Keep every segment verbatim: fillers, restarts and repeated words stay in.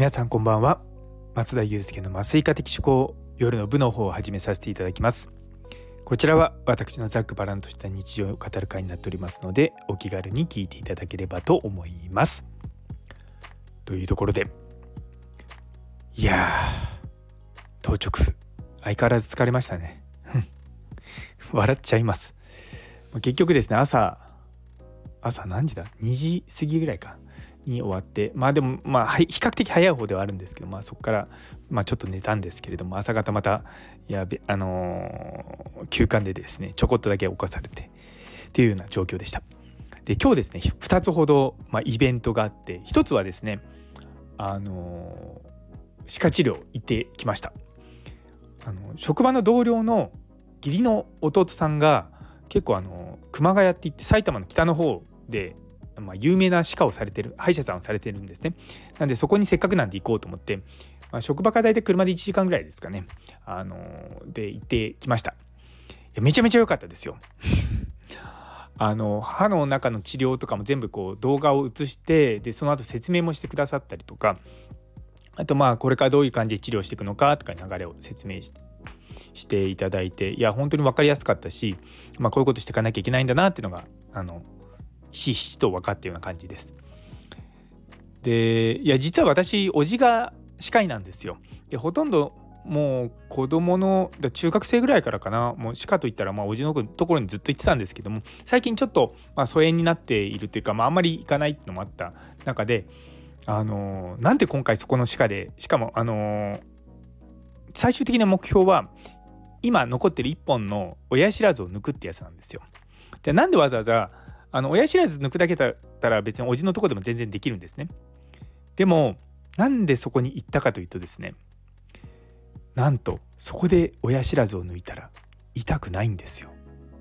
皆さんこんばんは。松田祐介の麻酔科的思考、夜の部の方を始めさせていただきます。こちらは私のざっくばらんとした日常を語る会になっておりますので、お気軽に聞いていただければと思います。というところで、いやー当直相変わらず疲れましたね笑っちゃいます。結局ですね、朝朝何時だにじ過ぎぐらいかに終わって、まあでもまあ比較的早い方ではあるんですけど、まあそこからまあちょっと寝たんですけれども、朝方またやべあのー、休館でですねちょこっとだけ起こされてっていうような状況でした。で今日ですねふたつほど、まあ、イベントがあって、ひとつはですねあのー、歯科治療行ってきました。あの職場の同僚の義理の弟さんが結構あの熊谷って言って埼玉の北の方でまあ、有名な歯科をされてる歯医者さんをされてるんですね。なんでそこにせっかくなんで行こうと思って、まあ、職場から大体車でいちじかんぐらいですかね、あのー、で行ってきました。いやめちゃめちゃ良かったですよあの歯の中の治療とかも全部こう動画を映して、でその後説明もしてくださったりとか、あとまあこれからどういう感じで治療していくのかとか流れを説明してしていただいて、いや本当に分かりやすかったし、まあ、こういうことしていかなきゃいけないんだなっていうのがあのひしひしと分かったような感じです。でいや実は私おじが歯科医なんですよ。でほとんどもう子供の中学生ぐらいからかな、もう歯科といったらまあおじのところにずっと行ってたんですけども、最近ちょっとまあ疎遠になっているというか、まあ、あんまり行かないっていうのもあった中で、あのー、なんで今回そこの歯科で、しかもあのー、最終的な目標は今残ってるいっぽんの親知らずを抜くってやつなんですよ。じゃあなんでわざわざあの親知らず抜くだけだったら別におじのとこでも全然できるんですね。でもなんでそこに行ったかというとですね、なんとそこで親知らずを抜いたら痛くないんですよ。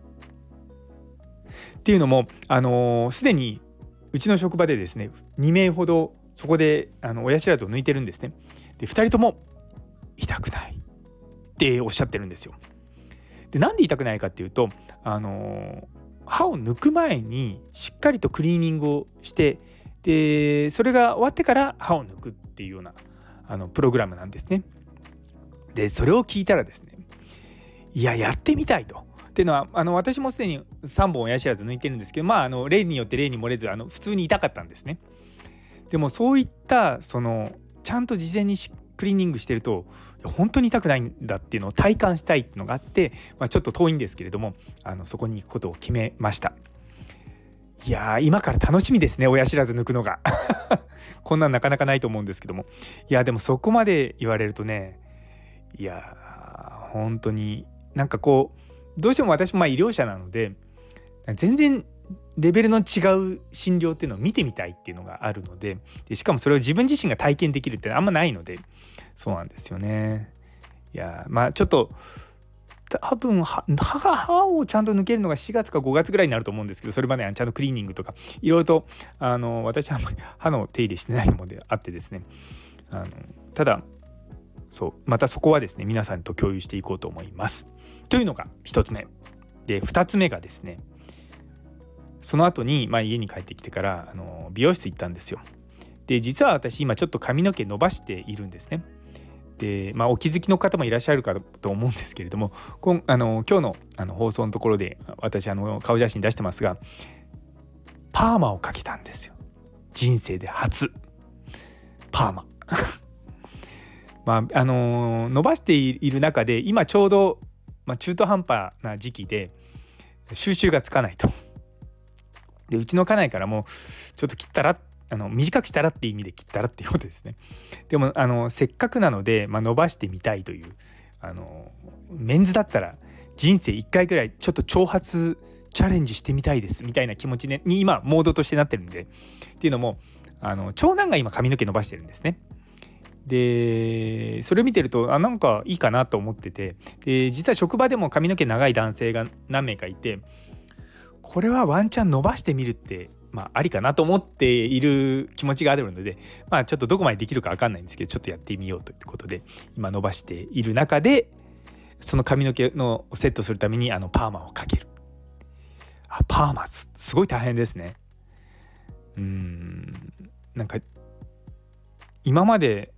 っていうのもあのすでにうちの職場でですねにめいほどそこであの親知らずを抜いてるんですね。でふたりとも痛くないっておっしゃってるんですよ。でなんで痛くないかっていうと、あの歯を抜く前にしっかりとクリーニングをして、でそれが終わってから歯を抜くっていうようなあのプログラムなんですね。でそれを聞いたらですね、いややってみたいと。っていうのはあの私もすでにさんぼん親知らず抜いてるんですけど、まああの例によって例に漏れずあの普通に痛かったんですね。でもそういったそのちゃんと事前にクリーニングしてると本当に痛くないんだっていうのを体感したいっていうのがあって、まあ、ちょっと遠いんですけれどもあのそこに行くことを決めました。いやー今から楽しみですね、親知らず抜くのがこんなんなかなかないと思うんですけども、いやでもそこまで言われるとね、いや本当になんかこうどうしても私もまあ医療者なので全然レベルの違う診療っていうのを見てみたいっていうのがあるので、でしかもそれを自分自身が体験できるってあんまないので、そうなんですよね。いやまあちょっと多分歯歯をちゃんと抜けるのがしがつかごがつぐらいになると思うんですけど、それまではちゃんとクリーニングとかいろいろとあの私はあんまり歯の手入れしてないのであってですね、あのただそうまたそこはですね皆さんと共有していこうと思いますというのがひとつめで、ふたつめがですね、その後に、まあ、家に帰ってきてからあの美容室行ったんですよ。で実は私今ちょっと髪の毛伸ばしているんですね。で、まあ、お気づきの方もいらっしゃるかと思うんですけれども、こんあの今日の、あの放送のところで私あの顔写真出してますが、パーマをかけたんですよ。人生で初パーマまああの伸ばしている中で今ちょうど、まあ、中途半端な時期で収集がつかないと。でうちの家内からもちょっと切ったらあの短くしたらっていう意味で切ったらっていうことですね。でもあのせっかくなので、まあ、伸ばしてみたいという、あのメンズだったら人生いっかいぐらいちょっと長髪チャレンジしてみたいですみたいな気持ち、ね、に今モードとしてなってるんで、っていうのもあの長男が今髪の毛伸ばしてるんですね。でそれを見てるとあなんかいいかなと思ってて、で実は職場でも髪の毛長い男性が何名かいて、これはワンチャン伸ばしてみるって、まあ、ありかなと思っている気持ちがあるので、まあ、ちょっとどこまでできるか分かんないんですけど、ちょっとやってみようということで今伸ばしている中で、その髪の毛のセットするためにあのパーマをかける。あパーマすごい大変ですね。うーんなんか今まで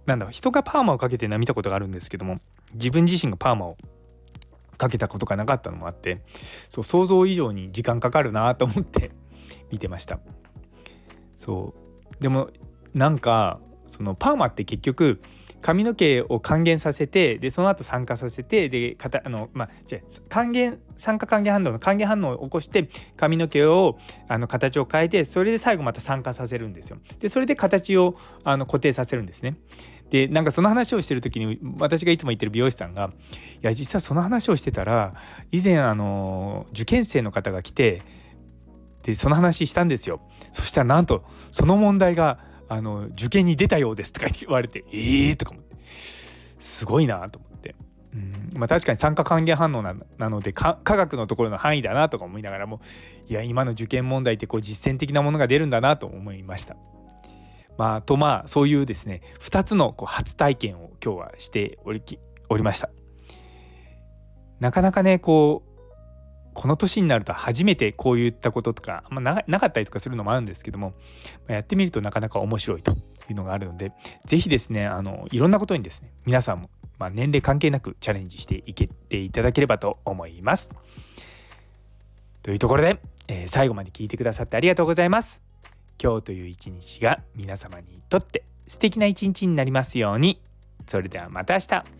なんだろう、人がパーマをかけてるのは見たことがあるんですけども、自分自身がパーマをかけたことがなかったのもあって、そう想像以上に時間かかるなと思って見てました。そうでもなんかそのパーマって結局髪の毛を還元させて、でその後酸化させて、でかたあのまあじゃ還元酸化還元反応の還元反応を起こして髪の毛をあの形を変えて、それで最後また酸化させるんですよ。でそれで形をあの固定させるんですね。でなんかその話をしてる時に私がいつも言ってる美容師さんが、いや実はその話をしてたら以前あの受験生の方が来て、でその話したんですよ。そしたらなんとその問題があの受験に出たようですとか言われて、えーとか思って、すごいなと思って、うんまあ確かに酸化還元反応 な, なので科学のところの範囲だなとか思いながらも、いや今の受験問題ってこう実践的なものが出るんだなと思いました。まあとまあそういうですねふたつのこう初体験を今日はしてお り, おりました。なかなかねこうこの年になると初めてこういったこととか、まあ、な, なかったりとかするのもあるんですけども、まあ、やってみるとなかなか面白いというのがあるので、ぜひですねあのいろんなことにですね皆さんも、まあ、年齢関係なくチャレンジしていけていただければと思います。というところで、えー、最後まで聞いてくださってありがとうございます。今日という一日が皆様にとって素敵な一日になりますように。それではまた明日。